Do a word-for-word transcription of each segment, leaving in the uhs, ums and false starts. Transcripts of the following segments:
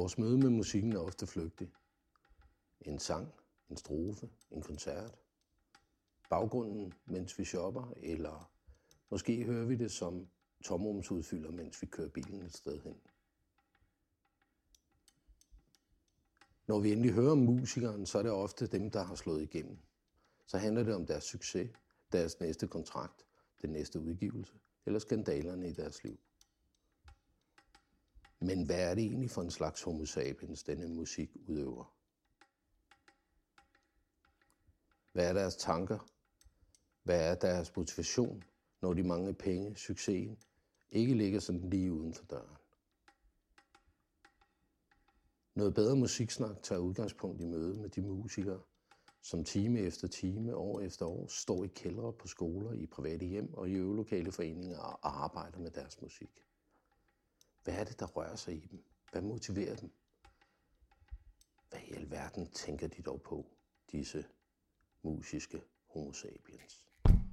vores møde med musikken er ofte flygtig. En sang, en strofe, en koncert. Baggrunden, mens vi shopper, eller måske hører vi det som tomrumsudfylder, mens vi kører bilen et sted hen. Når vi endelig hører om musikeren, så er det ofte dem, der har slået igennem. Så handler det om deres succes, deres næste kontrakt, den næste udgivelse, eller skandalerne i deres liv. Men hvad er det egentlig for en slags homo sapiens, denne musik udøver? Hvad er deres tanker? Hvad er deres motivation, når de mange penge, succesen, ikke ligger sådan lige uden for døren? Noget bedre musiksnak tager udgangspunkt i møde med de musikere, som time efter time, år efter år, står i kældre på skoler, i private hjem og i øvelokale foreninger og arbejder med deres musik. Hvad er det, der rører sig i dem? Hvad motiverer dem? Hvad i alverden tænker de dog på, disse musiske homo sapiens?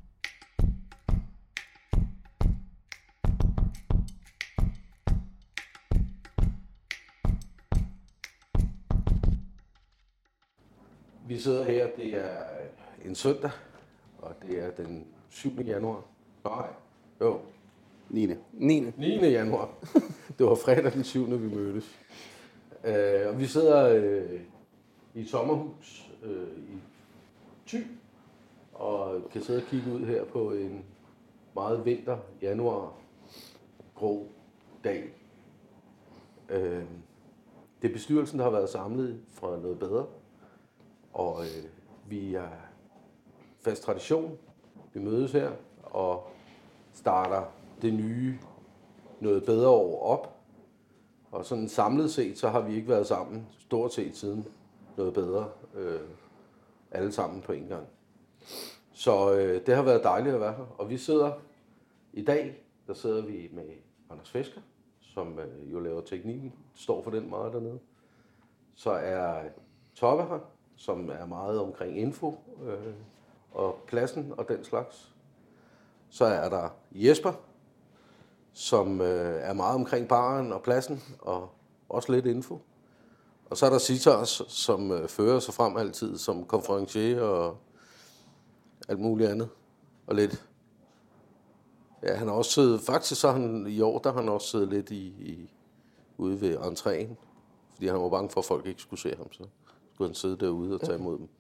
Vi sidder her, det er en søndag, og det er den syvende januar. Nej, jo. niende niende niende januar. Det var fredag den syvende vi mødtes. Uh, og vi sidder uh, i et sommerhus uh, i Thy, og kan sidde og kigge ud her på en meget vinter, januar, grå dag. Uh, det er bestyrelsen, der har været samlet fra Noget Bedre. Og øh, vi er fast tradition. Vi mødes her og starter det nye Noget Bedre år op. Og sådan samlet set, så har vi ikke været sammen stort set siden Noget Bedre. Øh, alle sammen på en gang. Så øh, det har været dejligt at være her. Og vi sidder i dag, der sidder vi med Anders Fisker, som øh, jo laver teknikken, står for den meget dernede. Så er Tobbe her, som er meget omkring info øh, og pladsen og den slags. Så er der Jesper, som øh, er meget omkring baren og pladsen og også lidt info. Og så er der Sitas, som øh, fører sig frem altid som konferencier og alt muligt andet. Og lidt. Ja, han har også siddet, faktisk så han i år, der har han også siddet lidt i, i, ude ved entréen, fordi han var bange for, at folk ikke skulle se ham så. Skulle han sidde derude og tage imod dem.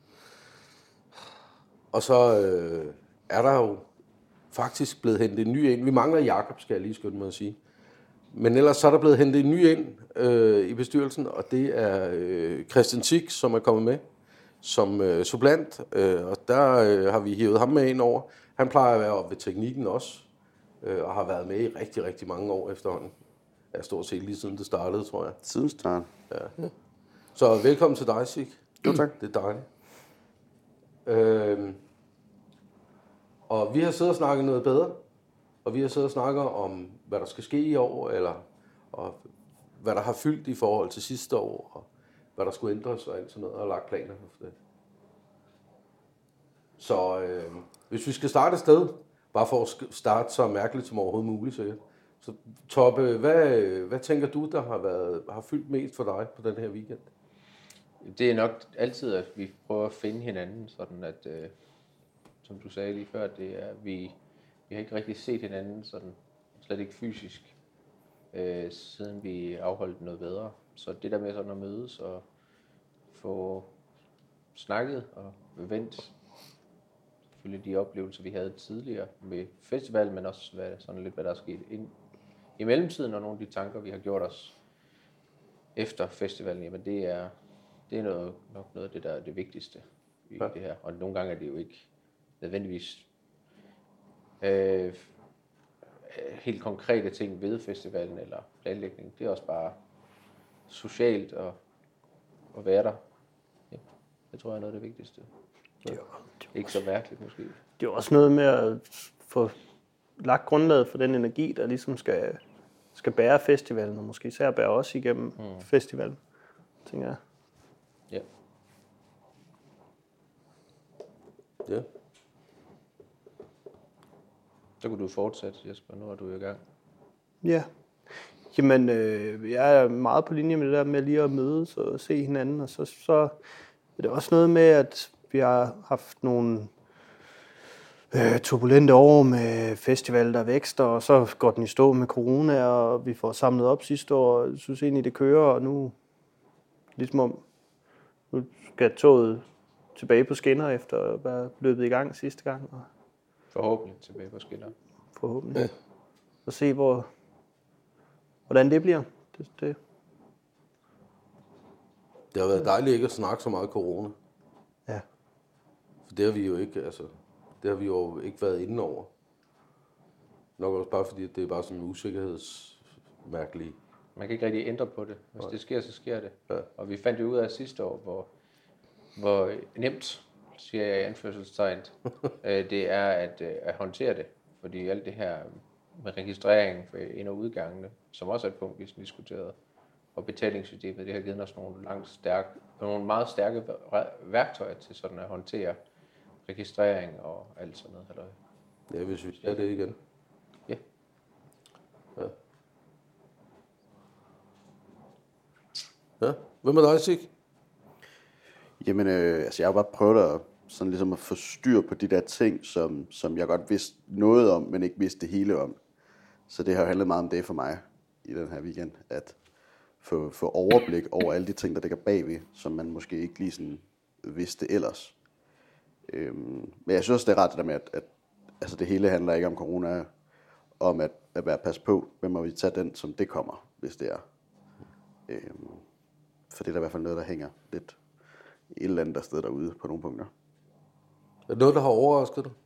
Og så øh, er der jo faktisk blevet hentet en ny ind. Vi mangler Jakob, skal jeg lige skynde mig at sige. Men ellers så er der blevet hentet en ny ind øh, i bestyrelsen, og det er øh, Christian Sik, som er kommet med som øh, supplant. Øh, og der øh, har vi hivet ham med ind over. Han plejer at være oppe ved teknikken også, øh, og har været med i rigtig, rigtig mange år efterhånden. Ja, stort set lige siden det startede, tror jeg. Siden start. Ja. Så velkommen til dig, Sik. Jo, tak. Det er dejligt. Øhm, og vi har siddet og snakket Noget Bedre, og vi har siddet og snakket om, hvad der skal ske i år, eller og hvad der har fyldt i forhold til sidste år, og hvad der skulle ændres og alt sådan noget, og lagt planer for det. Så øh, hvis vi skal starte et sted, bare for at starte så mærkeligt som overhovedet muligt, så, så Tobbe, hvad, hvad tænker du, der har, været, har fyldt mest for dig på den her weekend? Det er nok altid, at vi prøver at finde hinanden, sådan at, øh, som du sagde lige før, det er, vi, vi har ikke rigtig set hinanden, sådan, slet ikke fysisk, øh, siden vi afholdt Noget Bedre. Så det der med sådan at mødes og få snakket og vendt selvfølgelig de oplevelser, vi havde tidligere med festivalen, men også hvad, sådan lidt, hvad der er sket ind i mellemtiden, og nogle af de tanker, vi har gjort os efter festivalen, jamen det er, det er noget, nok noget af det, der er det vigtigste i ja. det her. Og nogle gange er det jo ikke nødvendigvis øh, helt konkrete ting ved festivalen eller planlægning. Det er også bare socialt og, og være der. Ja, det tror jeg er noget af det vigtigste. Så, jo, det ikke så mærkeligt måske. Det er også noget med at få lagt grundlaget for den energi, der ligesom skal, skal bære festivalen, og måske især bære os igennem mm. festivalen, tænker jeg. Ja. Ja. Så kunne du fortsætte, Jesper. Nu er du i gang. Ja. Jamen, øh, jeg er meget på linje med det der med lige at mødes og se hinanden, og så, så er det også noget med, at vi har haft nogle øh, turbulente år med festival, der vækster, og så går den i stå med corona, og vi får samlet op sidste år, og jeg synes egentlig, det kører, og nu, ligesom om, nu skal toget tilbage på skinner, efter at være løbet i gang sidste gang. Og Forhåbentlig tilbage på skinner. forhåbentlig. Ja. Og se, hvor, hvordan det bliver. Det, det. Det har været dejligt ikke at snakke så meget corona. Ja. For det har vi jo ikke, altså, det har vi jo ikke været inde over. Nok også bare fordi, det er bare sådan en usikkerhedsmærkelig. Man kan ikke rigtig ændre på det. Hvis Nej. det sker, så sker det. Ja. Og vi fandt jo ud af sidste år, hvor, hvor nemt, siger jeg i anførselstegn, det er at, at håndtere det. Fordi alt det her med registrering for ind- og udgangene, som også er et punkt, vi diskuterede, og betalingssystemet, det har givet os nogle, langt stærke, nogle meget stærke værktøjer til sådan at håndtere registrering og alt sådan noget. Halløj. Ja, hvis vi skal det igen. Ja. Ja. Ja. Hvad med dig, Sig? Jamen, øh, altså jeg har bare prøvet at, sådan ligesom at få styr på de der ting, som, som jeg godt vidste noget om, men ikke vidste det hele om. Så det har jo handlet meget om det for mig i den her weekend, at få, få overblik over alle de ting, der ligger bagved, som man måske ikke lige sådan vidste ellers. Øhm, men jeg synes, det er ret det der med, at, at altså det hele handler ikke om corona, om at, at være pas på, hvem må vi tage den, som det kommer, hvis det er. Øhm, for det er der i hvert fald noget, der hænger lidt et eller andet der sted derude på nogle punkter. Er det noget, der har overrasket dig?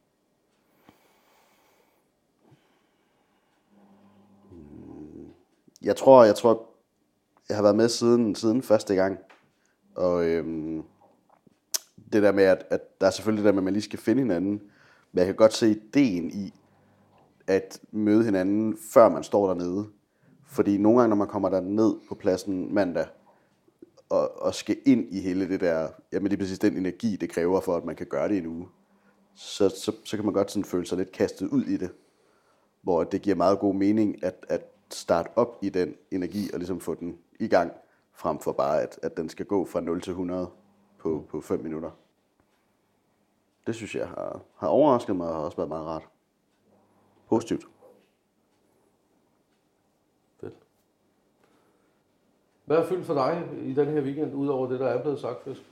Jeg tror, jeg tror, jeg har været med siden, siden første gang. Og øhm, det der med, at, at der er selvfølgelig det der med, at man lige skal finde hinanden. Men jeg kan godt se ideen i at møde hinanden, før man står dernede. Fordi nogle gange, når man kommer derned på pladsen mandag, og, og skal ind i hele det der, jamen lige præcis den energi, det kræver for, at man kan gøre det i en uge, så, så, så kan man godt sådan føle sig lidt kastet ud i det. Hvor det giver meget god mening at, at starte op i den energi, og ligesom få den i gang, frem for bare, at, at den skal gå fra nul til hundrede på, på fem minutter. Det synes jeg har, har overrasket mig, og har også været meget rart. Positivt. Fedt. Hvad er fyldt for dig i den her weekend, udover det, der er blevet sagt, Fisk?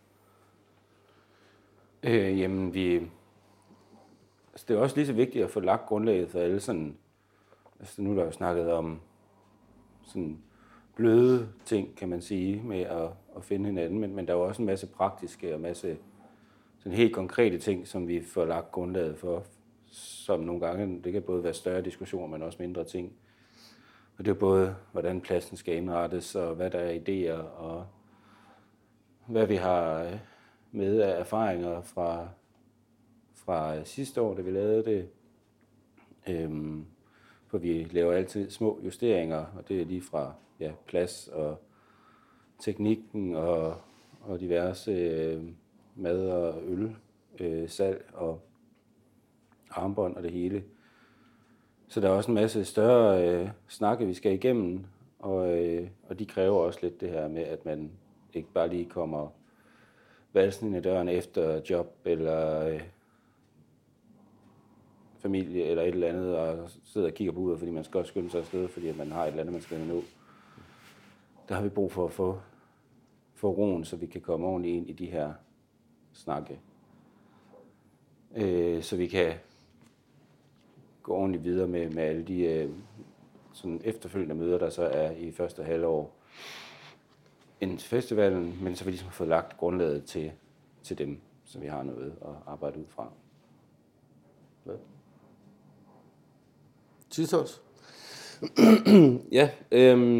Øh, jamen, vi... Altså, det er også lige så vigtigt at få lagt grundlaget for alle sådan... Altså, nu er der jo snakket om sådan bløde ting, kan man sige, med at, at finde hinanden, men, men der er jo også en masse praktiske og masse sådan helt konkrete ting, som vi får lagt grundlaget for, som nogle gange, det kan både være større diskussioner, men også mindre ting. Og det er både, hvordan pladsen skal indrettes, og hvad der er idéer, og hvad vi har med af erfaringer fra, fra sidste år, da vi lavede det. Øhm, for vi laver altid små justeringer, og det er lige fra ja, plads og teknikken og, og diverse øh, mad og øl, øh, salg og armbånd og det hele. Så der er også en masse større øh, snakke, vi skal igennem, og, øh, og de kræver også lidt det her med, at man ikke bare lige kommer valsen ind i døren efter job eller øh, familie eller et eller andet, og sidder og kigger på uret, fordi man skal også skynde sig afsted, fordi man har et eller andet, man skal nå. Der har vi brug for at få, få roen, så vi kan komme ordentligt ind i de her snakke. Øh, så vi kan gå ordentligt videre med, med alle de øh, sådan efterfølgende møder, der så er i første halvår inden til festivalen, men så vi ligesom har fået lagt grundlaget til, til dem, så vi har noget at arbejde ud fra. Ja. Titos? Ja, øhm,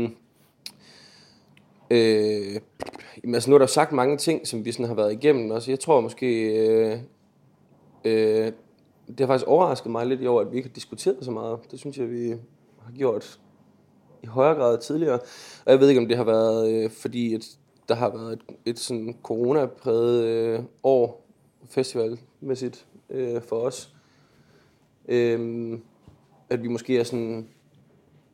øh, jamen, altså nu er der sagt mange ting, som vi sådan har været igennem. Altså, jeg tror måske, øh, øh, det har faktisk overrasket mig lidt i år, at vi ikke har diskuteret så meget. Det synes jeg, vi har gjort i højere grad tidligere. Og jeg ved ikke, om det har været, øh, fordi et, der har været et, et sådan corona-præget øh, år festivalmæssigt øh, for os. Øh, at vi måske er sådan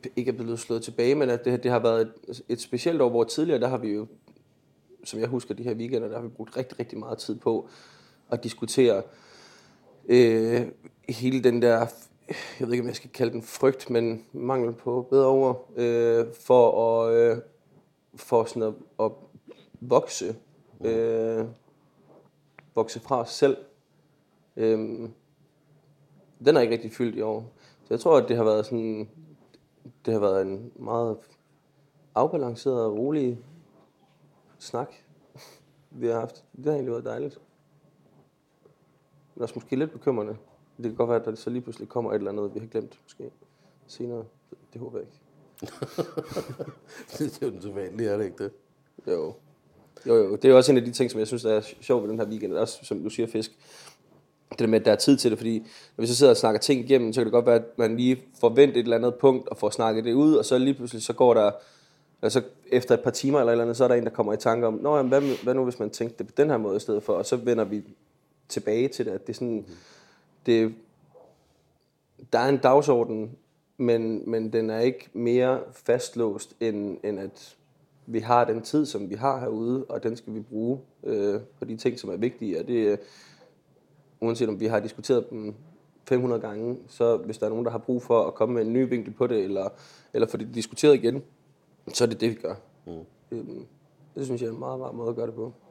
ikke er blevet slået tilbage, men at det, det har været et, et specielt år, hvor tidligere, der har vi jo, som jeg husker de her weekender, der har vi brugt rigtig, rigtig meget tid på at diskutere øh, hele den der, jeg ved ikke, om jeg skal kalde den frygt, men mangel på bedre ord, øh, for at, øh, for sådan at, at vokse, øh, vokse fra os selv. Øh, den er ikke rigtig fyldt i år. Så jeg tror, at det har været sådan, det har været en meget afbalanceret og rolig snak, vi har haft. Det har egentlig været dejligt. Men også måske lidt bekymrende. Det kan godt være, at der så lige pludselig kommer et eller andet, vi har glemt måske senere. Det håber jeg ikke. Det er jo den sædvanlige, er det ikke det? Jo. Jo, jo. Det er også en af de ting, som jeg synes, der er sjovt ved den her weekend. Også, som du siger, fisk. Det der med, at der er tid til det, fordi når vi så sidder og snakker ting igennem, så kan det godt være, at man lige forventer et eller andet punkt og får snakket det ud, og så lige pludselig så går der, altså efter et par timer eller et eller andet, så er der en, der kommer i tanke om, nå, jamen, hvad, hvad nu hvis man tænkte det på den her måde i stedet for, og så vender vi tilbage til det, at det er sådan, det, der er en dagsorden, men, men den er ikke mere fastlåst, end, end at vi har den tid, som vi har herude, og den skal vi bruge øh, på de ting, som er vigtige, og det uanset om vi har diskuteret dem fem hundrede gange, så hvis der er nogen, der har brug for at komme med en ny vinkel på det, eller, eller få det diskuteret igen, så er det det, vi gør. Mm. Øhm, det synes jeg er en meget, meget måde at gøre det på.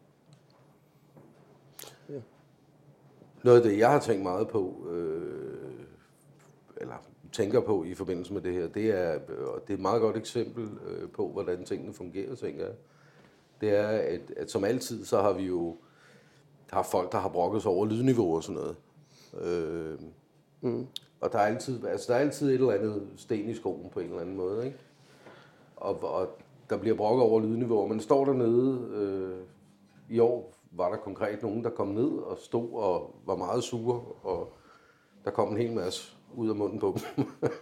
Ja. Noget af det, jeg har tænkt meget på, øh, eller tænker på i forbindelse med det her, det er, og det er et meget godt eksempel øh, på, hvordan tingene fungerer, tænker jeg. Det er, at, at som altid, så har vi jo har folk, der har brokket sig over lydniveau og sådan noget. Øh, mm. Og der er, altid, altså der er altid et eller andet sten i skoen på en eller anden måde, ikke? Og, og der bliver brokket over lydniveau, og man står dernede. Øh, I år var der konkret nogen, der kom ned og stod og var meget sure, og der kom en hel masse ud af munden på dem.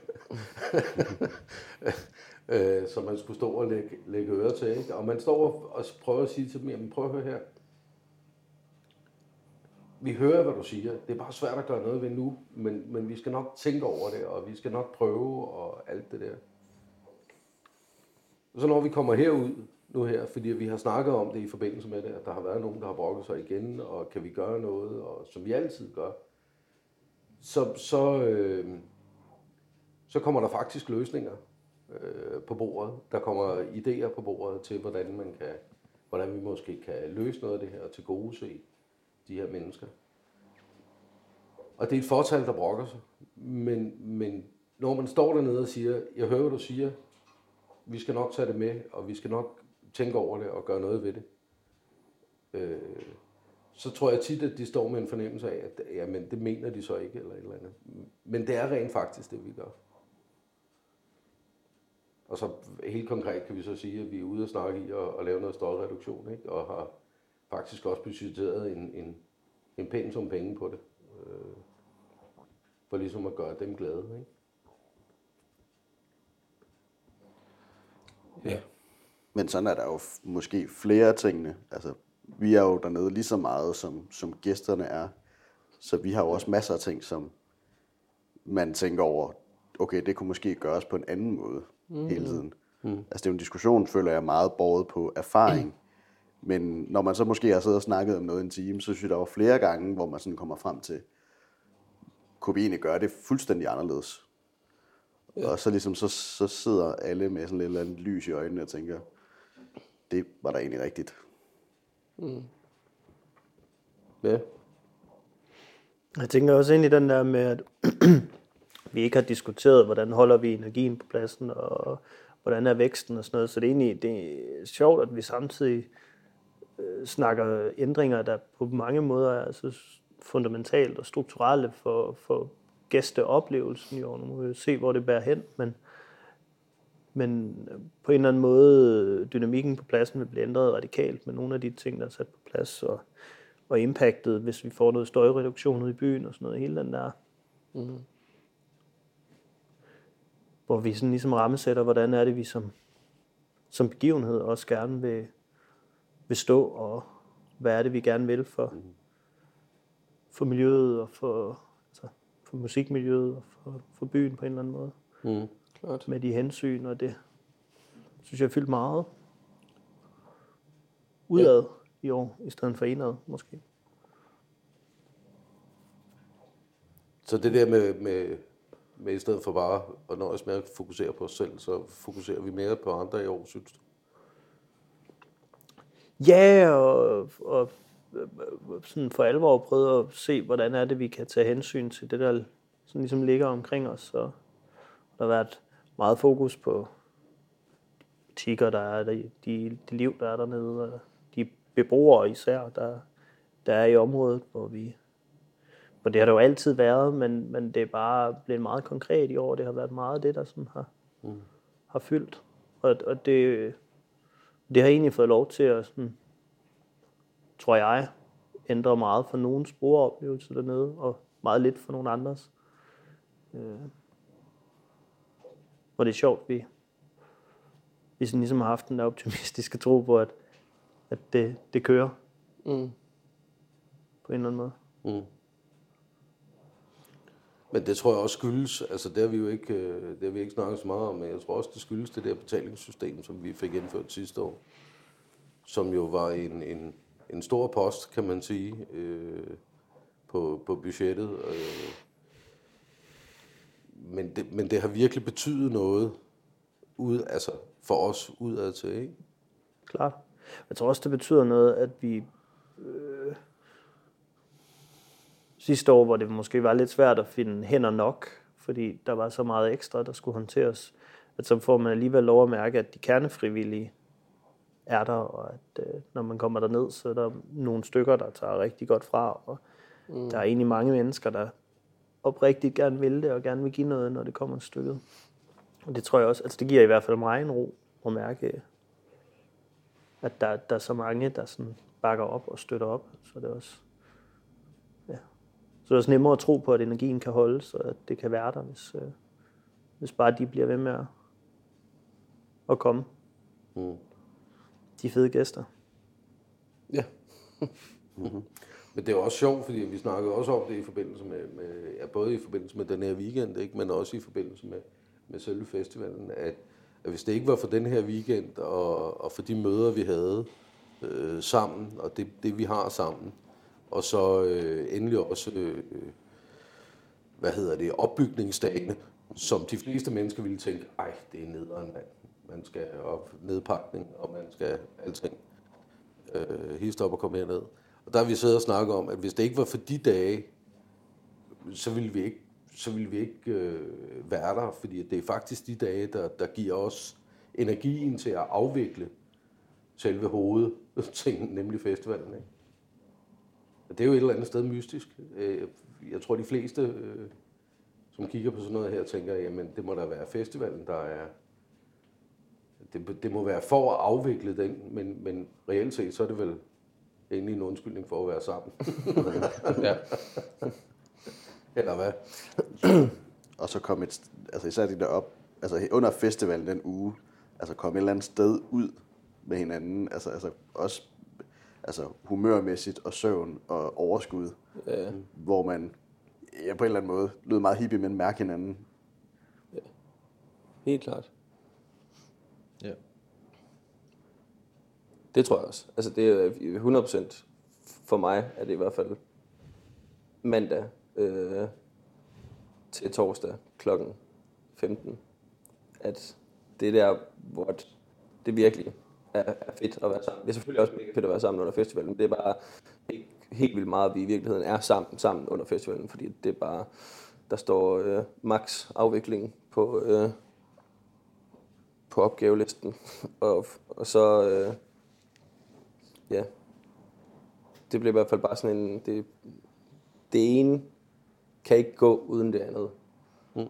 øh, så man skulle stå og lægge, lægge ører til, ikke? Og man står og prøver at sige til dem, jamen prøv at høre her. Vi hører, hvad du siger. Det er bare svært at gøre noget ved nu, men, men vi skal nok tænke over det, og vi skal nok prøve, og alt det der. Og så når vi kommer herud nu her, fordi vi har snakket om det i forbindelse med det, at der har været nogen, der har brokket sig igen, og kan vi gøre noget, og som vi altid gør, så, så, øh, så kommer der faktisk løsninger øh, på bordet. Der kommer idéer på bordet til, hvordan, man kan, hvordan vi måske kan løse noget af det her, og tilgodese de her mennesker. Og det er et fortal, der brokker sig. Men, men når man står dernede og siger, jeg hører, hvad du siger, vi skal nok tage det med, og vi skal nok tænke over det og gøre noget ved det, øh, så tror jeg tit, at de står med en fornemmelse af, at jamen, det mener de så ikke, eller et eller andet. Men det er rent faktisk det, vi gør. Og så helt konkret kan vi så sige, at vi er ude og snakke i at, at lave noget støjreduktion, ikke? Og har faktisk også budgetteret en, en, en pæn sum penge på det, øh, for ligesom at gøre dem glade, ikke? Ja. Men sådan er der jo f- måske flere tingene. Altså, vi er jo dernede lige så meget, som, som gæsterne er. Så vi har jo også masser af ting, som man tænker over, okay, det kunne måske gøres på en anden måde mm. hele tiden. Mm. Altså, det er jo en diskussion, føler jeg, meget båret på erfaring. Mm. Men når man så måske har siddet og snakket om noget en time, så synes jeg, der var flere gange, hvor man sådan kommer frem til, kunne vi egentlig gøre det fuldstændig anderledes? Ja. Og så ligesom, så, så sidder alle med sådan et eller andet lys i øjnene og tænker, det var da egentlig rigtigt. Mm. Ja. Jeg tænker også ind i den der med, at vi ikke har diskuteret, hvordan holder vi energien på pladsen, og hvordan er væksten og sådan noget. Så det er egentlig det er sjovt, at vi samtidig øh, snakker ændringer, der på mange måder er altså fundamentalt og strukturelle for, for gæsteoplevelsen. Jo, nu må vi se, hvor det bærer hen, men, men på en eller anden måde, dynamikken på pladsen vil blive ændret radikalt med nogle af de ting, der er sat på plads, og, og impactet, hvis vi får noget støjreduktion ude i byen og sådan noget, hele den der. Mm. Hvor vi sådan ligesom rammesætter, hvordan er det, vi som, som begivenhed også gerne vil, vil stå, og hvad er det, vi gerne vil for, mm. for miljøet og for, altså, for musikmiljøet og for, for byen på en eller anden måde. Mm. Klart. med de hensyn, og det synes jeg fyldt meget udad ja. i år, i stedet for indad måske. Så det der med, med, med i stedet for bare at nøjes med at fokusere på os selv, så fokuserer vi mere på andre i år, synes du? Ja, og, og sådan for alvor prøve at se, hvordan er det, vi kan tage hensyn til det, der sådan ligesom ligger omkring os. Og der har været meget fokus på butikker, der er de, de, de liv, der er dernede, og de beboere især, der, der er i området, hvor vi... Og det har det jo altid været, men, men det er bare blevet meget konkret i år. Det har været meget det, der sådan har, mm. har fyldt. Og, og det, det har egentlig fået lov til at, sådan, tror jeg, ændre meget for nogens brugeroplevelse dernede, og meget lidt for nogle andres. Øh. Og det er sjovt, vi, vi sådan ligesom har haft den der optimistiske tro på, at, at det, det kører. Mm. På en eller anden måde. Mm. Men det tror jeg også skyldes, altså det har vi jo ikke, det har vi ikke snakket så meget om, men jeg tror også, det skyldes det der betalingssystem, som vi fik indført sidste år, som jo var en, en, en stor post, kan man sige, øh, på, på budgettet. Øh. Men, det, men det har virkelig betydet noget ud, altså for os udad til, ikke? Klart. Jeg tror også, det betyder noget, at vi... Øh Sidste år, hvor det måske var lidt svært at finde hænder nok, fordi der var så meget ekstra, der skulle håndteres, at så får man alligevel lov at mærke, at de kernefrivillige er der, og at øh, når man kommer derned, så er der nogle stykker, der tager rigtig godt fra, og mm. der er egentlig mange mennesker, der oprigtigt gerne vil det, og gerne vil give noget, når det kommer til stykket. Og det tror jeg også, altså det giver i hvert fald mig en ro at mærke, at der, der er så mange, der sådan bakker op og støtter op, så det er også... Så det er også nemmere at tro på, at energien kan holde, så at det kan være der, hvis, øh, hvis bare de bliver ved med at, at komme. Mm. De fede gæster. Ja. mm-hmm. Men det er også sjovt, fordi vi snakkede også om det i forbindelse med, med ja, både i forbindelse med den her weekend, ikke, men også i forbindelse med, med selve festivalen, at, at hvis det ikke var for den her weekend, og, og for de møder, vi havde øh, sammen, og det, det vi har sammen, og så øh, endelig også, øh, hvad hedder det, opbygningsdagene, som de fleste mennesker ville tænke, ej, det er nederen, mand. Man skal op, nedpakning, og man skal alting øh, hist op og komme herned. Og der har vi siddet og snakket om, at hvis det ikke var for de dage, så ville vi ikke, så ville vi ikke øh, være der, fordi det er faktisk de dage, der, der giver os energien til at afvikle selve hovedtingen, nemlig festivalen, ikke? Det er jo et eller andet sted mystisk. Jeg tror, de fleste, som kigger på sådan noget her, tænker, jamen det må da være festivalen, der er... Det, det må være for at afvikle den, men, men reelt set, så er det vel egentlig en undskyldning for at være sammen. Ja. Eller hvad? Og så kom et... Altså især de der op... Altså under festivalen den uge, altså kom et eller andet sted ud med hinanden. Altså, altså også... Altså humørmæssigt og søvn og overskud, ja. Hvor man ja, på en eller anden måde lød meget hippie, men mærke hinanden. Ja. Helt klart. Ja. Det tror jeg også. Altså det er hundrede procent for mig, er det i hvert fald mandag øh, til torsdag klokken femten, at det der, hvor det virkelig er fedt at være sammen. Det er selvfølgelig også mega fedt at være sammen under festivalen, men det er bare ikke helt vildt meget, at vi i virkeligheden er sammen, sammen under festivalen, fordi det er bare, der står øh, max afvikling på, øh, på opgavelisten, og, og så, øh, ja, det bliver i hvert fald bare sådan en, det, det ene kan ikke gå uden det andet. Mm.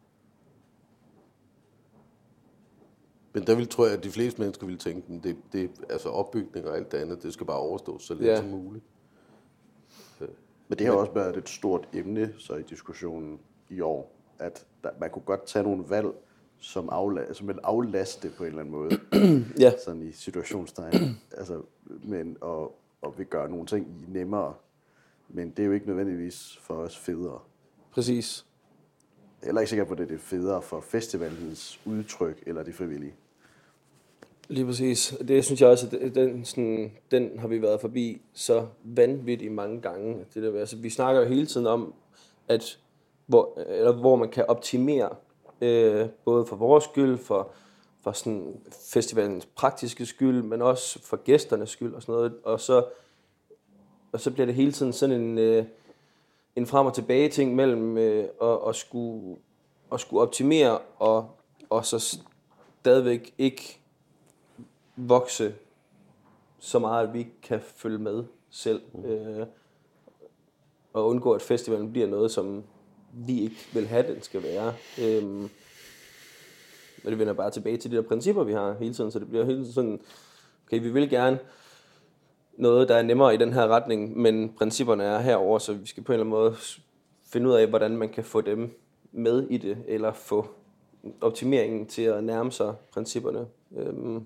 Men der vil, tror jeg, at de fleste mennesker vil tænke, at det, det, altså opbygning og alt det andet, det skal bare overstås så lidt ja. som muligt. Men det har også været et stort emne så i diskussionen i år, at der, man kunne godt tage nogle valg, som, afla- som vil aflaste på en eller anden måde. Ja. Sådan i situationstegn. Altså, men, og, og vil gøre nogle ting nemmere. Men det er jo ikke nødvendigvis for os federe. Præcis. heller ikke sikker på, at det er federe for festivalens udtryk eller de frivillige. Lige præcis. Det synes jeg også, at den, sådan, den har vi været forbi så vanvittigt mange gange. Det der, altså, vi snakker jo hele tiden om, at hvor, eller hvor man kan optimere, øh, både for vores skyld, for, for sådan festivalens praktiske skyld, men også for gæsternes skyld og sådan noget. Og så, og så bliver det hele tiden sådan en, øh, en frem og tilbage ting mellem øh, at, at, skulle, at skulle optimere og, og så stadigvæk ikke vokse så meget, at vi kan følge med selv. Mm. Øh, og undgå, at festivalen bliver noget, som vi ikke vil have, den skal være. Øh, men det vender bare tilbage til de der principper, vi har hele tiden. Så det bliver hele tiden sådan, okay, vi vil gerne noget, der er nemmere i den her retning, men principperne er herover, så vi skal på en eller anden måde finde ud af, hvordan man kan få dem med i det, eller få optimeringen til at nærme sig principperne. Øh,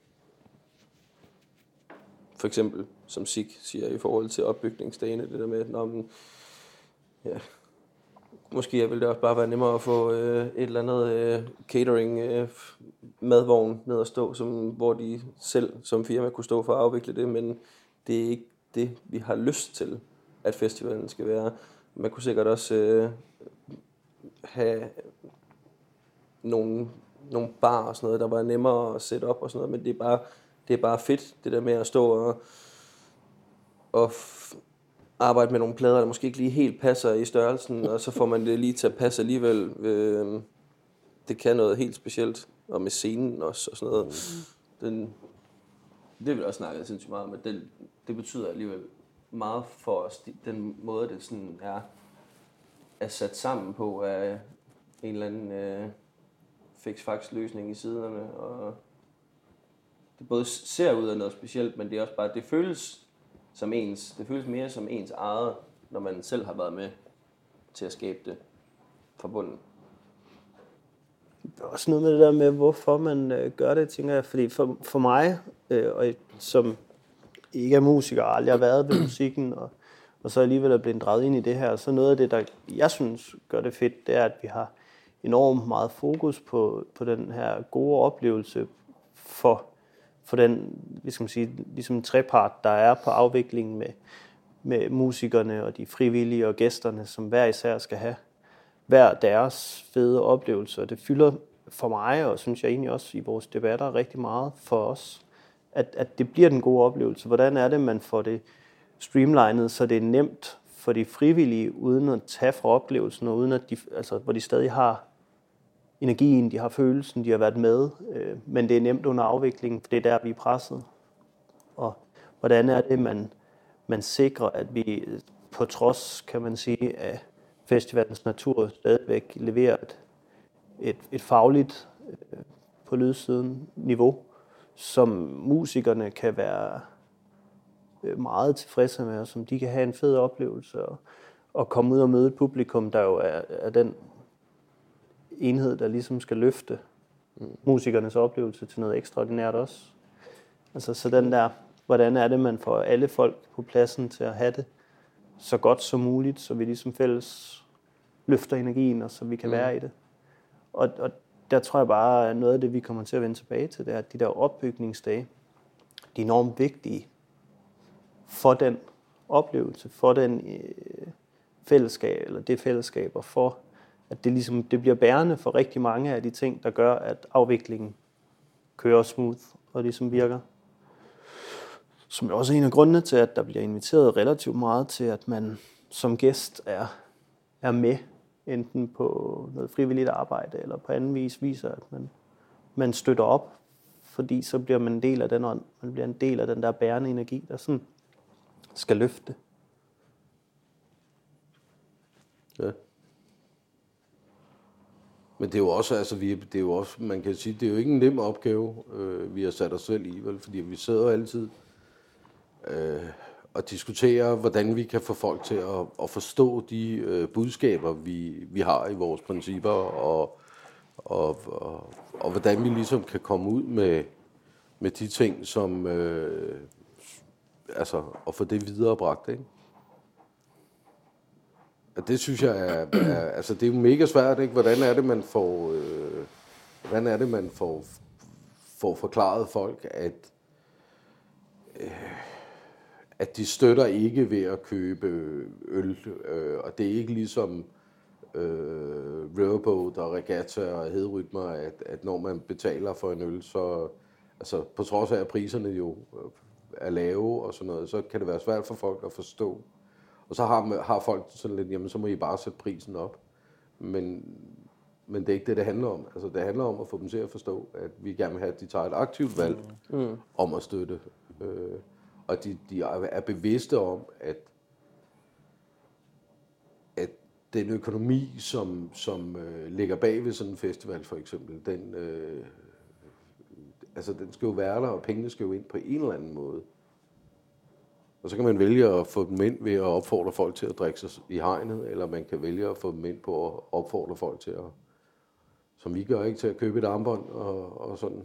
For eksempel, som Sig siger i forhold til opbygningsdagene, det der med, at når man, ja, måske vil det også bare være nemmere at få øh, et eller andet øh, catering øh, madvogn ned at stå, som, hvor de selv som firma kunne stå for at afvikle det, men det er ikke det, vi har lyst til, at festivalen skal være. Man kunne sikkert også øh, have nogle, nogle bar og sådan noget, der var nemmere at sætte op og sådan noget, men det er bare Det er bare fedt, det der med at stå og, og f- arbejde med nogle plader, der måske ikke lige helt passer i størrelsen, og så får man det lige til at passe alligevel. Øh, det kan noget helt specielt, og med scenen også og sådan noget. Den, det vil jeg også snakke sindssygt meget om, at det, det betyder alligevel meget for os, den måde, det sådan er, er sat sammen på af en eller anden øh, fix-fax løsning i siderne, og det både ser ud af noget specielt, men det er også bare, det føles som ens, det føles mere som ens eget, når man selv har været med til at skabe det fra bunden. Der er også noget med det der med, hvorfor man øh, gør det, tænker jeg. Fordi for, for mig, øh, og som ikke er musiker, og aldrig har været ved musikken, og, og så alligevel er blevet drejet ind i det her, så noget af det, der jeg synes gør det fedt, det er, at vi har enormt meget fokus på, på den her gode oplevelse for for den, vi skal sige, ligesom trepart, der er på afviklingen med, med musikerne og de frivillige og gæsterne, som hver især skal have hver deres fede oplevelse. Og det fylder for mig, og synes jeg egentlig også i vores debatter, rigtig meget for os, at, at det bliver den gode oplevelse. Hvordan er det, man får det streamlinet, så det er nemt for de frivillige, uden at tage fra oplevelsen, og uden at de, altså, hvor de stadig har energien, de har følelsen, de har været med, øh, men det er nemt under afviklingen, for det er der, vi er presset. Og hvordan er det, man, man sikrer, at vi på trods, kan man sige, af festivalens natur stadigvæk leverer et, et, et fagligt øh, på lydsiden niveau, som musikerne kan være øh, meget tilfredse med, og som de kan have en fed oplevelse, og, og komme ud og møde et publikum, der jo er, er den enhed, der ligesom skal løfte musikernes oplevelse til noget ekstraordinært også. Altså så den der, hvordan er det, man får alle folk på pladsen til at have det så godt som muligt, så vi ligesom fælles løfter energien, og så vi kan mm. være i det. Og, og der tror jeg bare, at noget af det, vi kommer til at vende tilbage til, det er, at de der opbygningsdage, de er enormt vigtige for den oplevelse, for den øh, fællesskab, eller det fællesskab, og for at det, ligesom, det bliver bærende for rigtig mange af de ting, der gør, at afviklingen kører smooth og ligesom virker. Som er også en af grundene til, at der bliver inviteret relativt meget til, at man som gæst er, er med, enten på noget frivilligt arbejde, eller på anden vis viser, at man, man støtter op, fordi så bliver man en del af den ånd, man bliver en del af den der bærende energi, der sådan skal løfte. Ja. Men det er jo også, altså vi, det er jo også, man kan sige, det er jo ikke en nem opgave, øh, vi har sat os selv i, vel? Fordi vi sidder jo altid øh, og diskuterer, hvordan vi kan få folk til at, at forstå de øh, budskaber, vi, vi har i vores principper, og, og, og, og hvordan vi ligesom kan komme ud med, med de ting, som, øh, altså, at få det viderebragt, ikke? Og det synes jeg er, er altså det er jo mega svært, ikke? Hvordan er det, man får, øh, hvordan er det, man får, får forklaret folk, at, øh, at de støtter ikke ved at købe øl, øh, og det er ikke ligesom øh, Riverboat og Regatta og Hederytmer, at, at når man betaler for en øl, så altså på trods af, at priserne jo er lave og sådan noget, så kan det være svært for folk at forstå. Og så har, har folk sådan lidt, jamen så må I bare sætte prisen op. Men, men det er ikke det, det handler om. Altså det handler om at få dem til at forstå, at vi gerne vil have, at de tager et aktivt valg mm. om at støtte. Øh, og de, de er bevidste om, at, at den økonomi, som, som øh, ligger bag ved sådan en festival for eksempel, den, øh, altså, den skal jo være der, og pengene skal jo ind på en eller anden måde. Og så kan man vælge at få dem ind ved at opfordre folk til at drikke sig i hegnet, eller man kan vælge at få dem ind på at opfordre folk til at, som vi gør, ikke, til at købe et armbånd og, og sådan.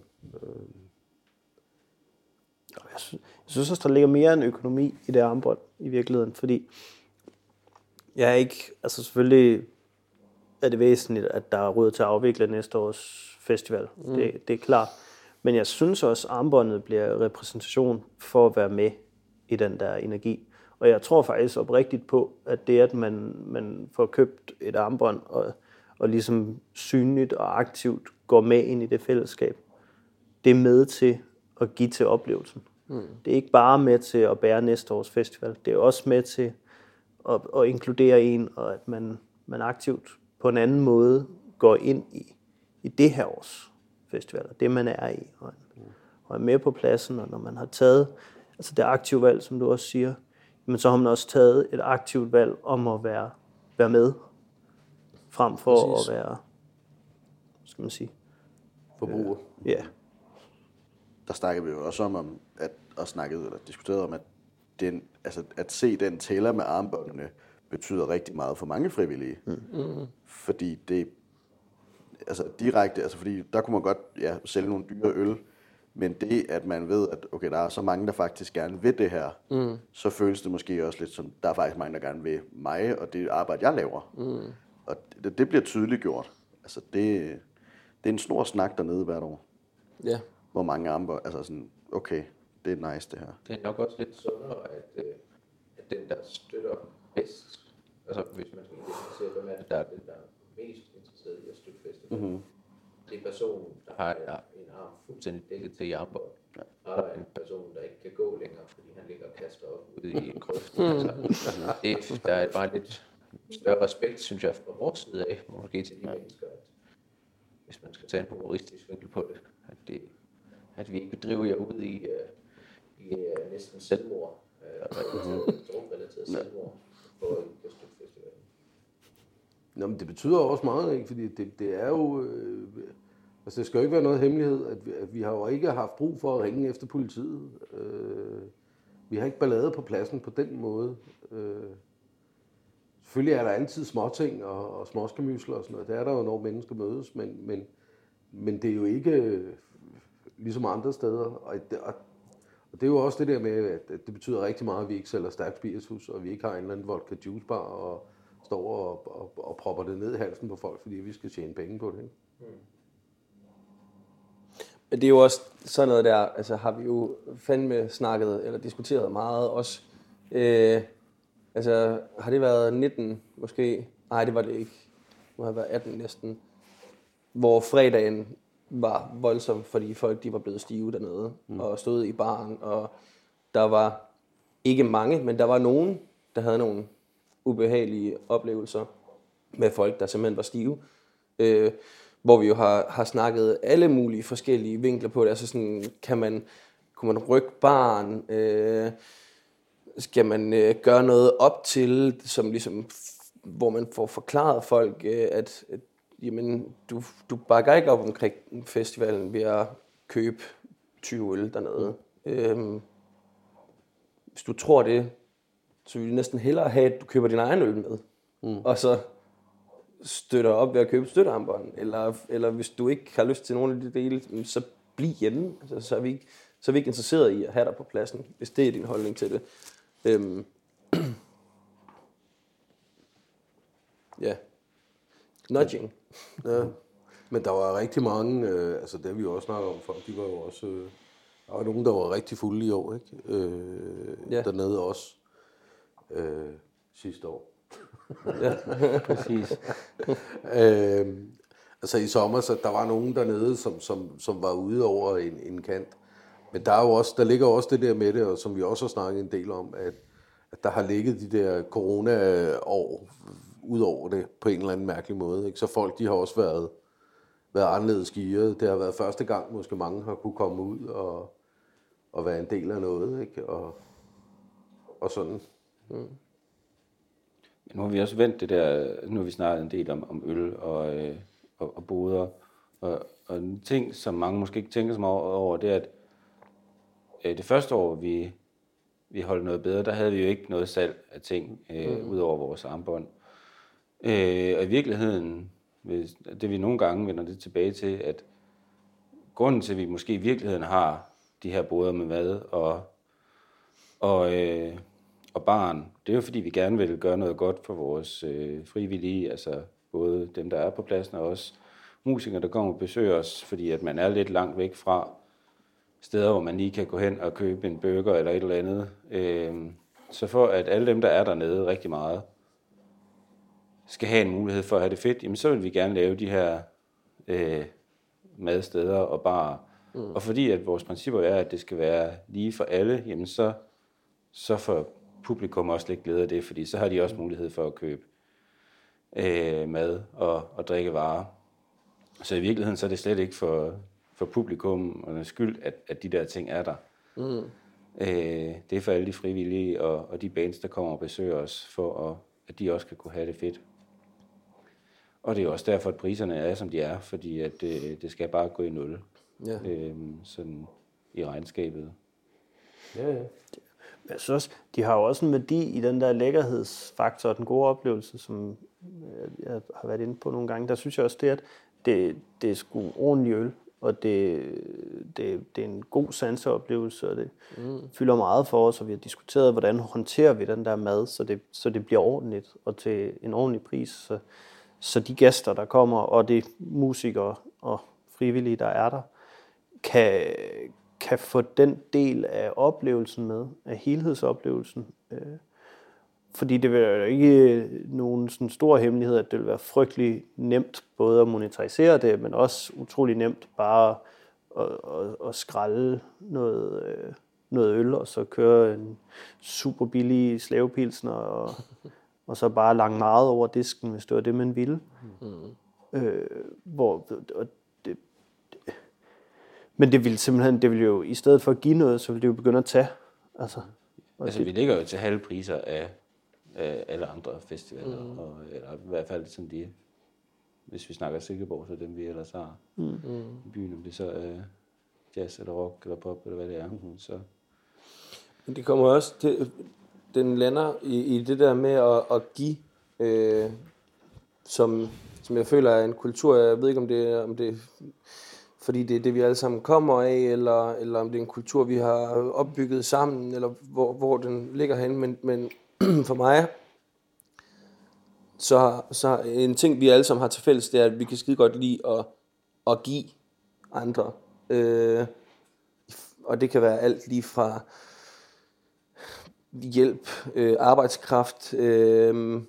Jeg synes, jeg synes også, der ligger mere en økonomi i det armbånd i virkeligheden, fordi jeg er ikke, altså selvfølgelig er det væsentligt, at der er råd til at afvikle næste års festival. Mm. Det, det er klart. Men jeg synes også, at armbåndet bliver repræsentation for at være med i den der energi. Og jeg tror faktisk oprigtigt på, at det, at man, man får købt et armbånd og, og ligesom synligt og aktivt går med ind i det fællesskab, det er med til at give til oplevelsen. Mm. Det er ikke bare med til at bære næste års festival. Det er også med til at, at inkludere en, og at man, man aktivt på en anden måde går ind i, i det her års festival, det man er i, og, og er med på pladsen, og når man har taget altså det aktive valg, som du også siger, men så har man også taget et aktivt valg om at være, være med, frem for Præcis. At være, skal man sige, forbruger. Øh, ja. Der snakkede vi jo også om, om at, og snakkede, eller diskuterede om, at, den, altså, at se den tæller med armbåndene betyder rigtig meget for mange frivillige. Mm. Mm. Fordi det, altså direkte, altså fordi der kunne man godt ja, sælge nogle dyre øl, men det, at man ved, at okay, der er så mange, der faktisk gerne vil det her, mm. så føles det måske også lidt som, der er faktisk mange, der gerne vil mig, og det arbejde, jeg laver. Mm. Og det, det bliver tydeligt gjort. Altså, det, det er en stor snak dernede hvert år. Ja. Hvor mange armbånd, altså sådan, okay, det er nice det her. Det er nok også lidt sundere, at, øh, at den, der støtter bedst, altså hvis man skal identificere, hvem er det, der er den, der er mest interesseret i at støtte festivalen. Mm-hmm. Det er personen, der har en arm fuldstændig dækket til i armbånd. Ja. Og der er en person, der ikke kan gå længere, fordi han ligger og kaster op ude i en grøft. Altså, det, der er bare lidt større respekt, synes jeg, fra vores side af, måske til de ja. mennesker, at hvis man skal tage en humoristisk vinkel på det, at, det, at vi ikke bedriver jer ud i, uh, i uh, næsten selvmord, uh, relateret selvmord på en støttefestival. Nå, men det betyder også meget, ikke? Fordi det, det er jo... Øh, altså, det skal jo ikke være noget hemmelighed, at vi, at vi har jo ikke haft brug for at ringe efter politiet. Øh, vi har ikke ballade på pladsen på den måde. Øh, selvfølgelig er der altid småting og, og småskamysler og sådan noget. Det er der jo, når mennesker mødes, men, men, men det er jo ikke øh, ligesom andre steder. Og, det, og, og det er jo også det der med, at det betyder rigtig meget, at vi ikke sælger stærkt spiritus, og vi ikke har en eller anden vodka juice bar og står og, og, og propper det ned i halsen på folk, fordi vi skal tjene penge på det. Mm. Men det er jo også sådan noget der, altså har vi jo fandme snakket eller diskuteret meget også. Øh, altså har det været nitten måske? Nej, det var det ikke. Det må have været atten næsten. Hvor fredagen var voldsom, fordi folk de var blevet stive dernede mm. og stod i baren, og der var ikke mange, men der var nogen, der havde nogle ubehagelige oplevelser med folk, der simpelthen var stive. Øh, hvor vi jo har, har snakket alle mulige forskellige vinkler på det. Altså sådan, kan man, kunne man rykke barn? Øh, skal man øh, gøre noget op til, som ligesom, hvor man får forklaret folk, øh, at, at jamen, du, du bakker ikke op omkring festivalen ved at købe tyve øl dernede. Mm. Øh, hvis du tror det, så vil du næsten hellere have, at du køber din egen øl med. Mm. Og så støtter op ved at købe støttearmbånd, eller, eller hvis du ikke har lyst til nogen af de dele, så bliv hjemme. Altså, så, er vi ikke, så er vi ikke interesseret i at have dig på pladsen, hvis det er din holdning til det. Øhm. Ja. Nudging. Ja. Men der var rigtig mange, øh, altså det har vi jo også snakket om folk, de var jo også, øh, der var nogen, der var rigtig fulde i år, ikke? Øh, Ja. Dernede også øh, sidste år. Ja. Præcis. øh, altså i sommer, så der var nogen dernede, som, som, som var ude over en, en kant. Men der, er jo også, der ligger også det der med det, og som vi også har snakket en del om, at, at der har ligget de der corona-år ud over det på en eller anden mærkelig måde. Ikke? Så folk, de har også været, været anderledes gearet. Det har været første gang, måske mange har kunne komme ud og, og være en del af noget. Ikke? Og, og sådan. Mm. Men nu har vi også vendt det der, nu har vi snakket en del om, om øl og, øh, og, og boder. Og, og en ting, som mange måske ikke tænker så meget over, det er, at øh, det første år, vi, vi holdt noget bedre, der havde vi jo ikke noget salg af ting, øh, mm. ud over vores armbånd. Øh, og i virkeligheden, hvis, det vi nogle gange vender det tilbage til, at grunden til, at vi måske i virkeligheden har de her boder med mad og, og, øh, og barn, det er jo fordi, vi gerne vil gøre noget godt for vores øh, frivillige, altså både dem, der er på pladsen, og også musikere, der kommer og besøger os, fordi at man er lidt langt væk fra steder, hvor man lige kan gå hen og købe en burger eller et eller andet. Øh, så for at alle dem, der er dernede rigtig meget, skal have en mulighed for at have det fedt, jamen så vil vi gerne lave de her øh, madsteder og barer. Mm. Og fordi at vores principper er, at det skal være lige for alle, jamen så, så får publikum også lidt glæde af det, fordi så har de også mulighed for at købe øh, mad og, og drikke varer. Så i virkeligheden så er det slet ikke for, for publikum og skyld, at, at de der ting er der. Mm. Øh, det er for alle de frivillige og, og de bands, der kommer og besøger os, for at, at de også kan kunne have det fedt. Og det er også derfor, at priserne er, som de er, fordi at det, det skal bare gå i nul. Ja. Øhm, sådan i regnskabet. Ja, ja. Jeg synes også, de har jo også en værdi i den der lækkerhedsfaktor, den gode oplevelse, som jeg har været inde på nogle gange. Der synes jeg også, det er, at det, det er sgu ordentlig øl, og det, det, det er en god sanseoplevelse, og det mm. fylder meget for os, og vi har diskuteret, hvordan håndterer vi den der mad, så det, så det bliver ordentligt, og til en ordentlig pris, så, så de gæster, der kommer, og de musikere og frivillige, der er der, kan, kan få den del af oplevelsen med, af helhedsoplevelsen. Fordi det vil jo ikke nogen sådan stor hemmelighed, at det vil være frygtelig nemt både at monetarisere det, men også utrolig nemt bare at, at, at skralde noget, noget øl, og så køre en super billig slavepilsner, og, og så bare lange meget over disken, hvis det var det, man ville. Mm. Øh, hvor, og det, det, men det ville simpelthen, det ville jo, i stedet for at give noget, så ville det jo begynde at tage. Altså, altså det, vi ligger jo til halve priser af af alle andre festivaler, mm. og eller i hvert fald sådan de, hvis vi snakker Silkeborg, så dem vi ellers har mm. i byen, om det så er jazz eller rock eller pop eller hvad det er. Så. Men det kommer også til, den lander i, i det der med at, at give, øh, som, som jeg føler er en kultur, jeg ved ikke om det er, om det fordi det er det, vi alle sammen kommer af, eller, eller om det er en kultur, vi har opbygget sammen, eller hvor, hvor den ligger henne, men, men for mig, så, så en ting, vi alle sammen har til fælles, det er, at vi kan skide godt lide at, at give andre. Øh, og det kan være alt lige fra hjælp, øh, arbejdskraft, øh,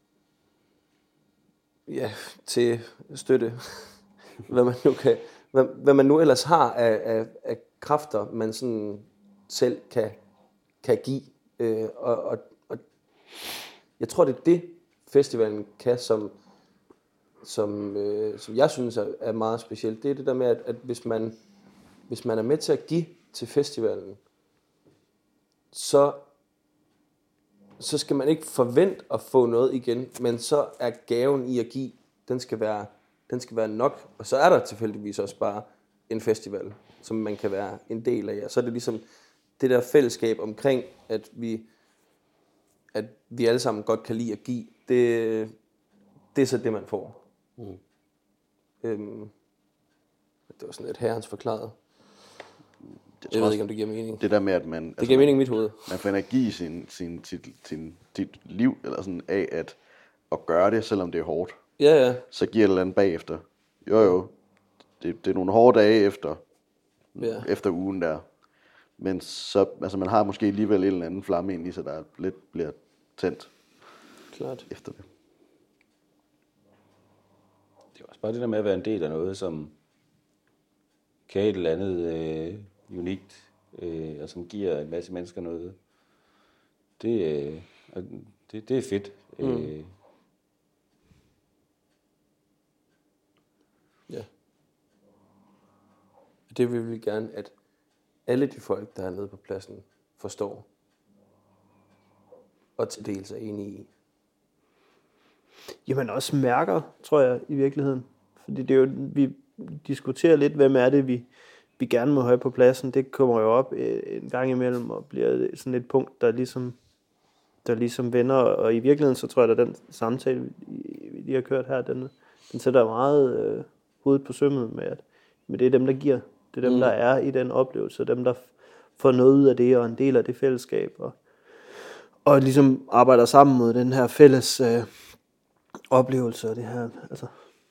ja, til støtte, hvad man nu kan, hvad, hvad man nu ellers har af, af, af kræfter, man sådan selv kan, kan give. Øh, og, og Jeg tror, det er det, festivalen kan, som, som, øh, som jeg synes er, er meget specielt. Det er det der med, at, at hvis, man, hvis man er med til at give til festivalen, så, så skal man ikke forvente at få noget igen, men så er gaven i at give, den skal være, den skal være nok. Og så er der tilfældigvis også bare en festival, som man kan være en del af. Og så er det ligesom det der fællesskab omkring, at vi... at vi alle sammen godt kan lide at give, det, det er så det, man får. Mm. Øhm, det var sådan et herrens forklaret. Jeg ved ikke, om det giver mening. Det der med, at man... Det altså, giver mening i mit hoved. Man får energi i sin, sin, sit, sin, sit liv, eller sådan af at, at gøre det, selvom det er hårdt. Ja, ja. Så giver det et eller andet bagefter. Jo, jo. Det, det er nogle hårde dage efter, Ja. efter ugen der. Men så, altså man har måske alligevel en eller anden flamme ind i sig, der lidt bliver tændt Klart. efter det. Det er også bare det der med at være en del af noget, som kan et eller andet øh, unikt, øh, og som giver en masse mennesker noget. Det, øh, det, det er fedt. Mm. Øh, Ja. Det vil vi gerne, at alle de folk, der er nede på pladsen, forstår. Og til dels er enige i. Jamen også mærker, tror jeg, i virkeligheden. Fordi det er jo, vi diskuterer lidt, hvem er det, vi, vi gerne må have på pladsen. Det kommer jo op en gang imellem og bliver sådan et punkt, der ligesom, der ligesom vender. Og i virkeligheden, så tror jeg, at den samtale, vi lige har kørt her, den, den sætter meget øh, hovedet på sømmet med, at men det er dem, der giver. Det er dem, mm. der er i den oplevelse. Dem, der får noget ud af det, og en del af det fællesskab. Og, og ligesom arbejder sammen mod den her fælles øh, oplevelse, og det her altså,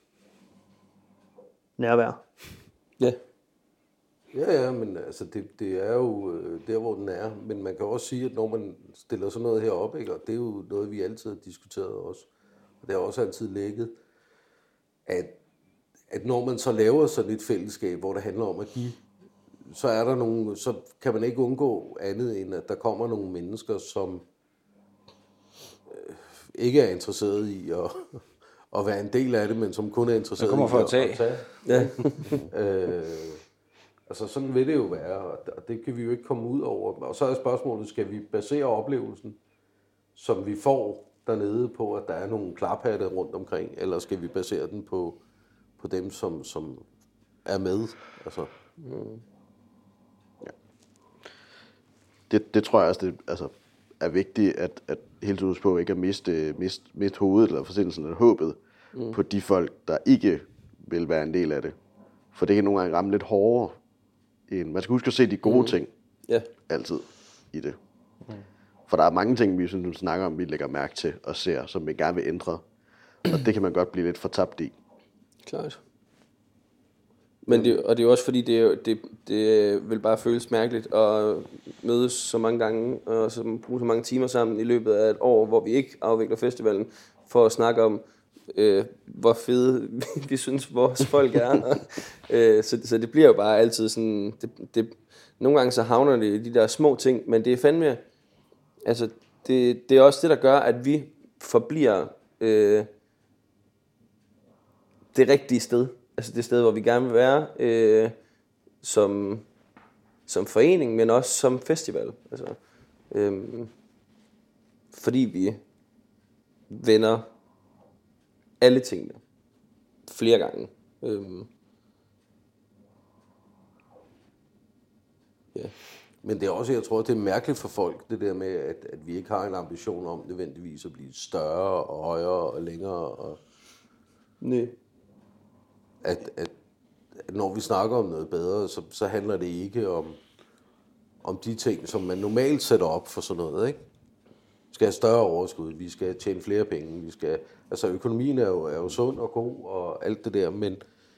nærvær. Ja. Ja, ja, men altså, det, det er jo øh, der, hvor den er. Men man kan også sige, at når man stiller sådan noget her op, ikke, og det er jo noget, vi altid har diskuteret også, og det har også altid ligget, at, at når man så laver sådan et fællesskab, hvor det handler om at give, så er der nogle, så kan man ikke undgå andet end, at der kommer nogle mennesker, som øh, ikke er interesseret i at, at være en del af det, men som kun er interesseret kommer i for at tage. At tage. Ja. øh, altså sådan vil det jo være, og det kan vi jo ikke komme ud over. Og så er spørgsmålet, skal vi basere oplevelsen, som vi får dernede på, at der er nogle klaphatte rundt omkring, eller skal vi basere den på, på dem, som, som er med? Altså, mm. ja. det, det tror jeg også, det altså, er vigtigt, at, at hele tiden huske på ikke at miste, miste, miste hovedet, eller forsindelsen eller håbet, mm. på de folk, der ikke vil være en del af det. For det kan nogle gange ramme lidt hårdere. End, man skal huske at se de gode mm. ting, ja. altid i det. Mm. For der er mange ting, vi synes, vi snakker om, vi lægger mærke til og ser, som vi gerne vil ændre. Og det kan man godt blive lidt fortabt i. Klart. Men det, og det er jo også fordi, det, er, det, det vil bare føles mærkeligt at mødes så mange gange, og så bruge så mange timer sammen i løbet af et år, hvor vi ikke afvikler festivalen, for at snakke om, øh, hvor fede vi, vi synes, vores folk er. øh, så, så det bliver jo bare altid sådan, det, det, nogle gange så havner det i de der små ting, men det er fandme, altså det, det er også det, der gør, at vi forbliver øh, det rigtige sted. Altså det sted, hvor vi gerne vil være øh, som, som forening, men også som festival. Altså, øh, fordi vi vender alle tingene flere gange. Øh, ja. Men det er også, jeg tror, det er mærkeligt for folk, det der med, at, at vi ikke har en ambition om nødvendigvis at blive større og højere og længere. Og Nej. At, at, at når vi snakker om noget bedre, så, så handler det ikke om, om de ting, som man normalt sætter op for sådan noget, ikke? Vi skal have større overskud, vi skal tjene flere penge, vi skal, altså økonomien er jo, er jo sund og god og alt det der, men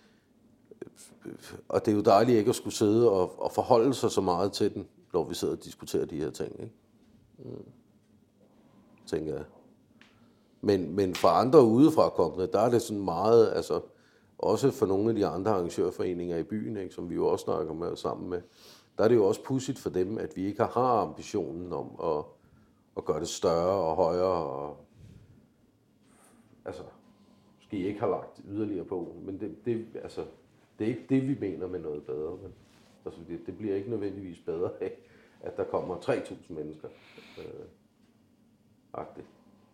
og det er jo dejligt ikke at skulle sidde og, og forholde sig så meget til den, når vi sidder og diskuterer de her ting, ikke? Mm. Tænker jeg. Men, men for andre udefra kommende, der er det sådan meget, altså også for nogle af de andre arrangørforeninger i byen, ikke, som vi jo også snakker med sammen med, der er det jo også pudsigt for dem, at vi ikke har ambitionen om at, at gøre det større og højere. Og, altså, skal I ikke have lagt yderligere på, men det, det, altså, det er ikke det, vi mener med noget bedre. Men, altså, det, det bliver ikke nødvendigvis bedre af, at der kommer tre tusind mennesker. Øh, agtigt.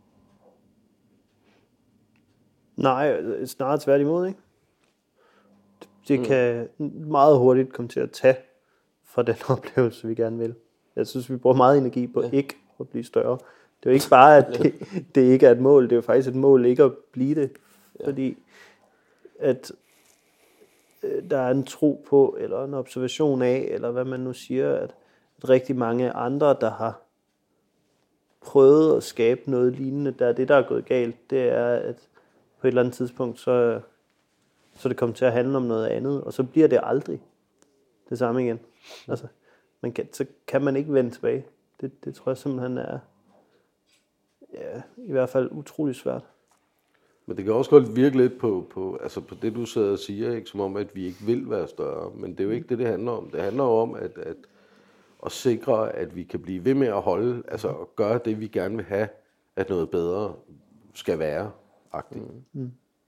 Nej, snarere tværtimod, ikke? Det mm. kan meget hurtigt komme til at tage fra den oplevelse, vi gerne vil. Jeg synes, vi bruger meget energi på ja. ikke at blive større. Det er jo ikke bare, at det, det ikke er et mål. Det er jo faktisk et mål ikke at blive det. Ja. Fordi at øh, der er en tro på, eller en observation af, eller hvad man nu siger, at, at rigtig mange andre, der har prøvet at skabe noget lignende, der er det, der er gået galt, det er, at på et eller andet tidspunkt, så, så det kommer til at handle om noget andet, og så bliver det aldrig det samme igen. Altså, man kan, så kan man ikke vende tilbage. Det, det tror jeg simpelthen er, ja, i hvert fald utrolig svært. Men det kan også godt virke lidt på, på, altså på det, du sidder og siger, ikke? Som om, at vi ikke vil være større. Men det er jo ikke det, det handler om. Det handler jo om at, at, at sikre, at vi kan blive ved med at holde, altså at gøre det, vi gerne vil have, at noget bedre skal være. Mm.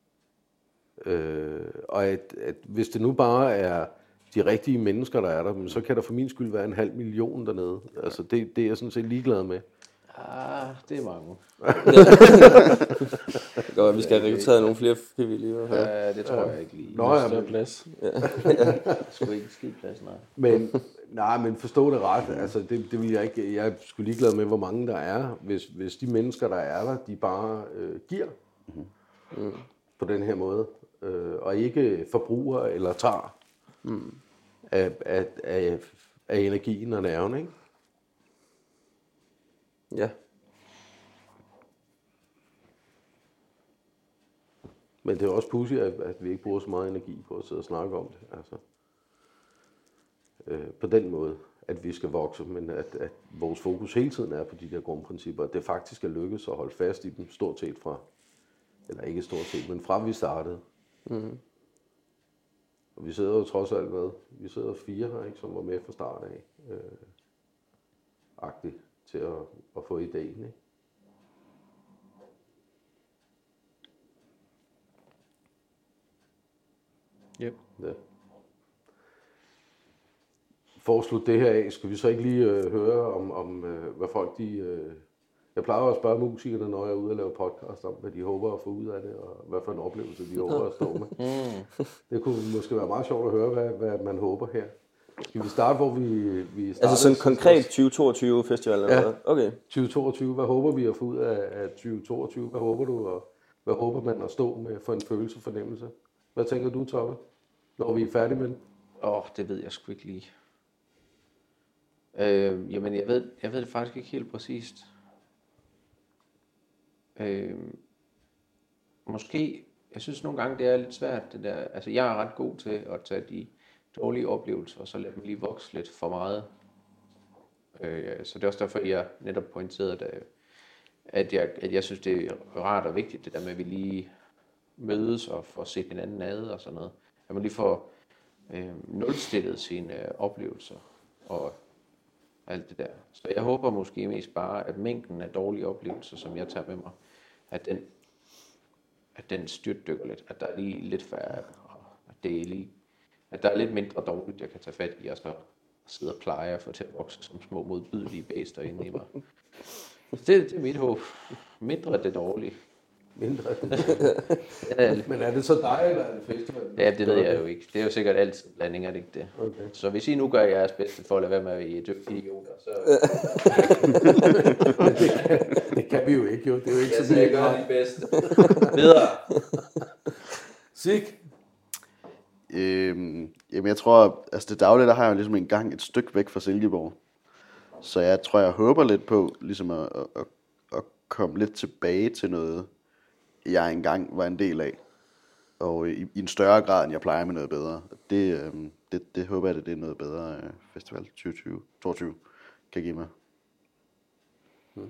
Øh, og at, at hvis det nu bare er de rigtige mennesker, der er der, så kan der for min skyld være en halv million dernede. Altså det, det er jeg sådan set ligeglad med. Ah, det er mange. Godt, vi skal have rekrutteret nogle flere frivillige. Ja, det tror jeg ikke lige. Nå, ja, men... plads. Ja. Skulle ikke skide plads, nej. Men, nej, men forstå det ret. Altså, det, det vil jeg ikke. Jeg er sgu ligeglad med, hvor mange der er. Hvis, hvis de mennesker, der er der, de bare øh, giver mm. på den her måde, øh, og ikke forbruger eller tager mm. af, af, af, af energien og nerven, ikke? Ja. Men det er også pudsigt, at, at vi ikke bruger så meget energi på at sidde og snakke om det. Altså, øh, på den måde, at vi skal vokse, men at, at vores fokus hele tiden er på de der grundprincipper, at det faktisk er lykkedes at holde fast i dem stort set fra, eller ikke stort set, men fra vi startede. Mm. Og vi sidder jo trods alt med, vi sidder fire her, ikke, som var med fra start af, øh, agtigt til at, at få ideen, ikke? Yep. Ja. For at slutte det her af, skal vi så ikke lige øh, høre om, om øh, hvad folk de... Øh, jeg plejer at spørge musikerne, når jeg er ude og lave podcast, om hvad de håber at få ud af det, og hvad for en oplevelse de håber at stå med. Mm. Det kunne måske være meget sjovt at høre, hvad, hvad man håber her. Skal vi starte, hvor vi, vi starter? Altså sådan konkret tyve toogtyve festival eller ja. hvad? Okay. tyve toogtyve, hvad håber vi at få ud af, af tyve toogtyve? Hvad håber du, og hvad håber man at stå med for en følelse og fornemmelse? Hvad tænker du, Toppe, når vi er færdige med det? Åh, oh, det ved jeg sgu ikke lige. Øh, jamen, jeg ved, jeg ved det faktisk ikke helt præcist. Øh, måske, jeg synes nogle gange, det er lidt svært, det der. Altså, jeg er ret god til at tage de dårlige oplevelser, og så lade dem lige vokse lidt for meget. Øh, så det er også derfor, jeg netop pointerede, at, at, jeg, at jeg synes, det er rart og vigtigt, det der med, at vi lige mødes og får set hinanden ad og sådan noget. At man lige får øh, nulstillet sine øh, oplevelser og alt det der. Så jeg håber måske mest bare, at mængden af dårlige oplevelser, som jeg tager med mig, at den, at den styrtdykker lidt. At der er lige lidt færre, og at det er lige, at der er lidt mindre dårligt, jeg kan tage fat i, og så sidde og pleje og få til at vokse som små modbydelige bæster inde i mig. Det, det er mit håb. Mindre af det dårlige. Mindre af det dårlige. Men er det så dig, eller er det festival? Ja, det ved jeg jo ikke. Det er jo sikkert altid blanding, er det ikke det? Okay. Så hvis I nu gør jeres bedste for at lade være med at være dygtige idioter, så... det, kan, det kan vi jo ikke, jo. Det er jo ikke jeg så jeg gør de bedste. Videre. Sig. Øhm, jamen jeg tror, altså det daglige, der har jeg jo ligesom en gang et stykke væk fra Silkeborg. Så jeg tror, jeg håber lidt på ligesom at, at, at komme lidt tilbage til noget, jeg engang var en del af. Og i, i en større grad, end jeg plejer med noget bedre. Det, øhm, det, det håber jeg, at det er noget bedre øh, festival tyve toogtyve kan give mig. Hmm.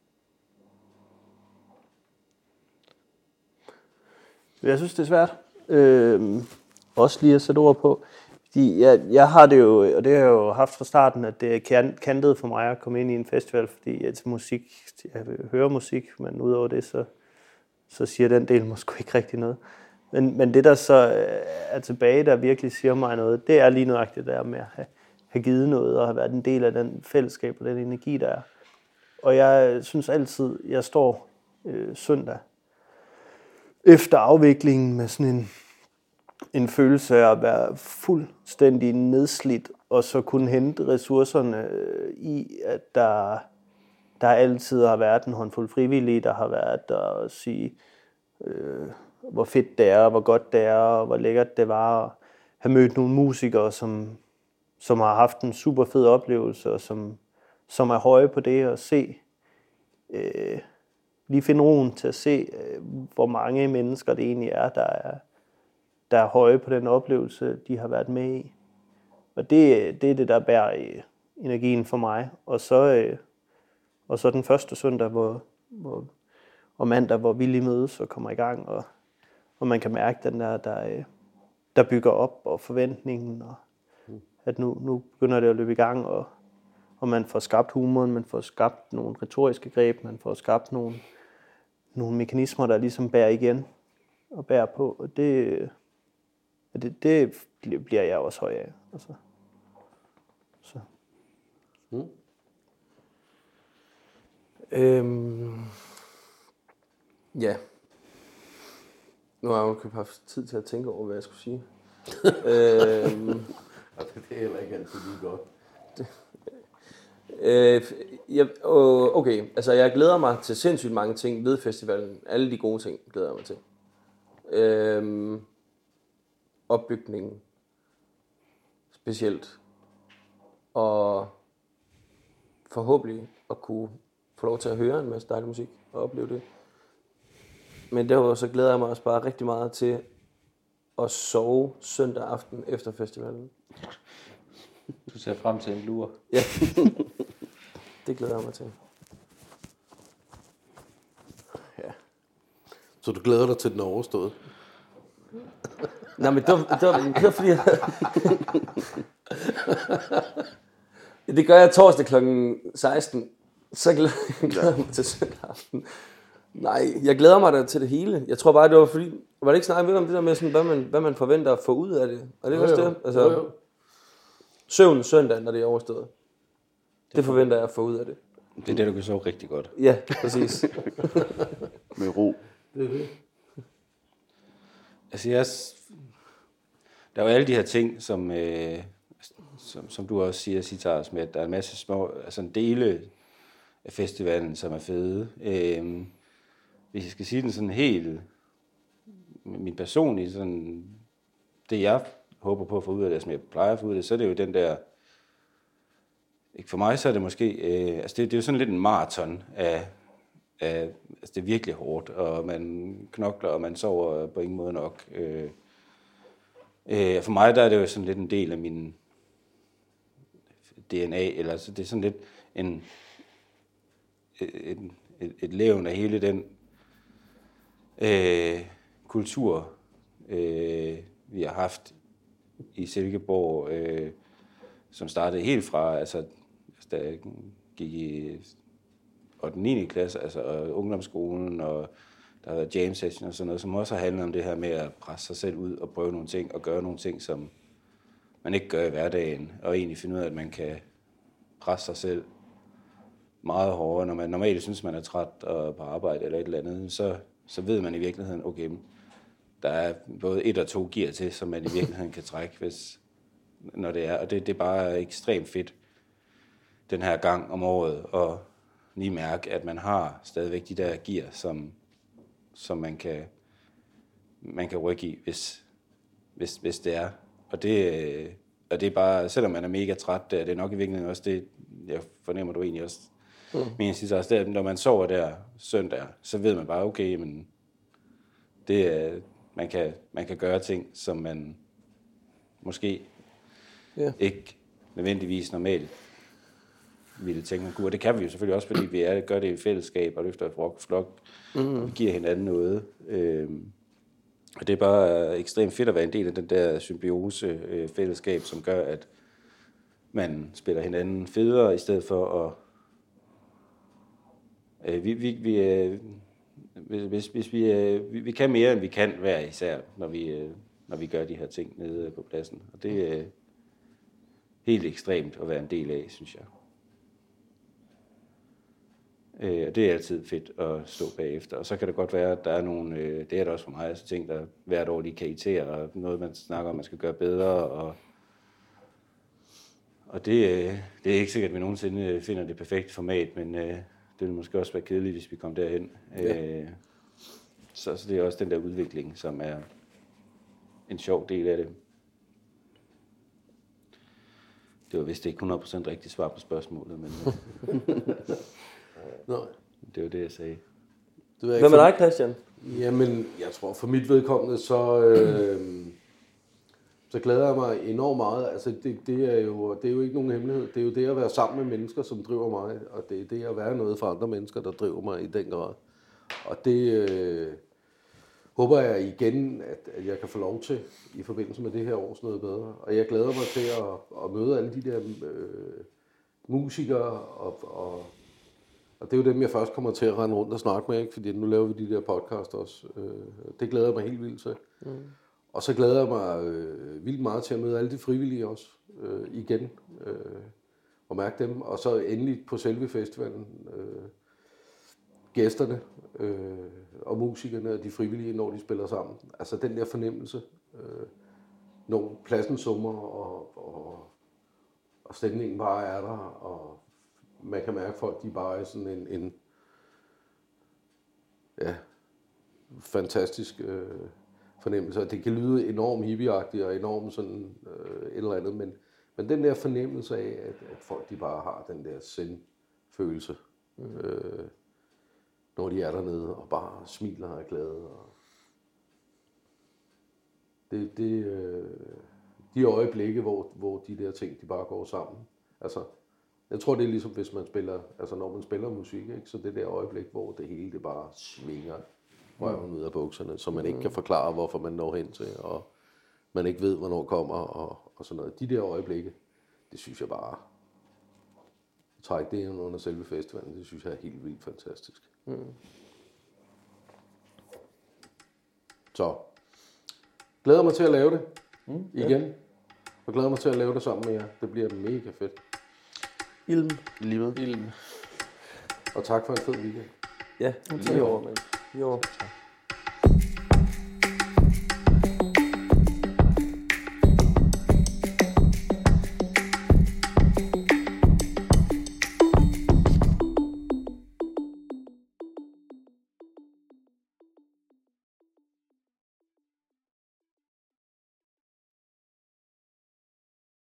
Jeg synes, det er svært. Øhm, også lige at sætte ord på. Fordi jeg, jeg har det jo, og det har jeg jo haft fra starten, at det er kantet for mig at komme ind i en festival, fordi at musik, jeg hører musik, men udover det, så, så siger den del måske ikke rigtig noget. Men, men det, der så er tilbage, der virkelig siger mig noget, det er lige nøjagtigt der med at have, have givet noget, og have været en del af den fællesskab og den energi, der er. Og jeg synes altid, jeg står øh, søndag efter afviklingen med sådan en en følelse af at være fuldstændig nedslidt, og så kunne hente ressourcerne i, at der, der altid har været en håndfuld frivillige, der har været der og sige, øh, hvor fedt det er, hvor godt det er, og hvor lækkert det var at have mødt nogle musikere, som, som har haft en super fed oplevelse, og som, som er høje på det, og se øh, lige finde roen til at se, øh, hvor mange mennesker det egentlig er, der er, der er høje på den oplevelse, de har været med i. Og det, det er det, der bærer øh, energien for mig. Og så, øh, og så den første søndag, hvor, hvor, og mandag, hvor vi lige mødes og kommer i gang, og, og man kan mærke den der, der, øh, der bygger op, og forventningen, og at nu, nu begynder det at løbe i gang, og, og man får skabt humoren, man får skabt nogle retoriske greb, man får skabt nogle, nogle mekanismer, der ligesom bærer igen og bærer på, og det, det, det bliver jeg også høj af. Altså. Så. Mm. Øhm, ja. Nu har jeg jo haft tid til at tænke over, hvad jeg skulle sige. øhm, Og det er heller ikke altid lige godt. øh, jeg, okay, altså jeg glæder mig til sindssygt mange ting ved festivalen. Alle de gode ting glæder jeg mig til. Øhm, opbygningen. Specielt. Og forhåbentlig at kunne få lov til at høre en masse dejlig musik og opleve det. Men derudover så glæder jeg mig også bare rigtig meget til at sove søndag aften efter festivalen. Du ser frem til en lur. Ja, det glæder jeg mig til. Ja. Så du glæder dig til den er overstået? Nej, men det var, det var, det var fordi, jeg... det gør jeg torsdag klokken seksten. Så glæder, glæder jeg mig til søndag aften. Nej, jeg glæder mig da til det hele. Jeg tror bare, det var fordi... Var det ikke snakket lidt om det der med, sådan, hvad, man, hvad man forventer at få ud af det? Og det er også det? Altså, jo, jo. søvn søndag, når det er overstået. Det forventer jeg at få ud af det. Det er det, du kan sove rigtig godt. Ja, præcis. Med ro. Det er det. Altså, jeg, der er jo alle de her ting, som, øh, som, som du også siger, Sitars, med, at der er en masse små, altså en dele af festivalen, som er fede. Øh, hvis jeg skal sige den sådan helt, min personlige, sådan, det jeg håber på at få ud af det, som jeg plejer at få ud af det, så er det jo den der, ikke for mig, så er det måske, øh, altså det, det er jo sådan lidt en maraton af, af, altså det er virkelig hårdt, og man knokler, og man sover på ingen måde nok. Øh, øh, for mig, der er det jo sådan lidt en del af min D N A, eller så det er sådan lidt en, et, et, et levn af hele den øh, kultur, øh, vi har haft i Silkeborg, øh, som startede helt fra, altså, da jeg gik i ottende og niende klasse, altså og ungdomsskolen, og der har været jam session og sådan noget, som også har handlet om det her med at presse sig selv ud og prøve nogle ting, og gøre nogle ting, som man ikke gør i hverdagen, og egentlig finde ud af, at man kan presse sig selv meget hårdere. Når man normalt synes, man er træt og på arbejde eller et eller andet, så, så ved man i virkeligheden, okay, der er både et og to gear til, som man i virkeligheden kan trække, hvis, når det er. Og det, det er bare ekstremt fedt den her gang om året, og lige mærke, at man har stadigvæk de der gear, som, som man kan, man kan rykke i, hvis, hvis, hvis det er. Og det, og det er bare, selvom man er mega træt, det er nok i virkeligheden også det, jeg fornemmer du egentlig også, mm. men sidst også, det er, når man sover der søndag, så ved man bare, okay, men det er, man kan, man kan gøre ting, som man måske yeah. ikke nødvendigvis normalt ville tænke, man kunne. Og det kan vi jo selvfølgelig også, fordi vi er, gør det i fællesskab og løfter et flok, mm. og vi giver hinanden noget. Øhm, og det er bare ekstremt fedt at være en del af den der symbiose øh, fællesskab, som gør, at man spiller hinanden federe, i stedet for at øh, vi, vi, vi, øh, hvis, hvis vi, øh, vi, vi kan mere, end vi kan hver især, når vi, øh, når vi gør de her ting nede på pladsen. Og det er øh, helt ekstremt at være en del af, synes jeg. Øh, og det er altid fedt at stå bagefter. Og så kan det godt være, at der er nogle, øh, det er der også for mig, altså ting, der hvert år lige kan irritere, og noget, man snakker om, man skal gøre bedre. Og, og det, øh, det er ikke sikkert, at vi nogensinde finder det perfekte format, men øh, det vil måske også være kedeligt, hvis vi kommer derhen. Ja. Øh, så, så det er også den der udvikling, som er en sjov del af det. Det var vist ikke hundrede procent rigtigt svar på spørgsmålet, men... Nå, Det var det, jeg sagde. Det ved jeg Hvad med ikke, dig, Christian? Jamen, jeg tror for mit vedkommende, så, øh, så glæder jeg mig enormt meget. Altså, det, det, er jo, det er jo ikke nogen hemmelighed. Det er jo det at være sammen med mennesker, som driver mig. Og det er det at være noget for andre mennesker, der driver mig i den grad. Og det øh, håber jeg igen, at, at jeg kan få lov til i forbindelse med det her års Noget Bedre. Og jeg glæder mig til at, at møde alle de der øh, musikere og... og Og det er jo dem, jeg først kommer til at rende rundt og snakke med, ikke? Fordi nu laver vi de der podcast også. Det glæder jeg mig helt vildt til. Mm. Og så glæder jeg mig øh, vildt meget til at møde alle de frivillige også øh, igen. Øh, og mærke dem. Og så endelig på selve festivalen. Øh, gæsterne øh, og musikerne og de frivillige, når de spiller sammen. Altså den der fornemmelse. Øh, når pladsen summer, og, og, og stemningen bare er der, og man kan mærke, at folk de bare er sådan en, en ja, fantastisk øh, fornemmelse. Og det kan lyde enormt hippieagtigt og enormt sådan øh, et eller andet, men, men den der fornemmelse af, at, at folk de bare har den der sind-følelse, mm. øh, når de er dernede og bare smiler og er glade. Og det, det øh, de øjeblikke, hvor, hvor de der ting de bare går sammen. Altså, jeg tror, det er ligesom, hvis man spiller, altså når man spiller musik, ikke? Så det der øjeblik, hvor det hele det bare svinger røven ud af bukserne, så man ikke kan forklare, hvorfor man når hen til, og man ikke ved, hvornår kommer, og, og sådan noget. De der øjeblikke, det synes jeg bare, træk det ind under selve festivalen, det synes jeg er helt vildt fantastisk. Mm. Så, glæder mig til at lave det mm, igen, ja. Og glæder mig til at lave det sammen med jer. Det bliver mega fedt. Ilm. Livet. Ilm. Og tak for en fed weekend. Ja, lige over, mand. Lige over.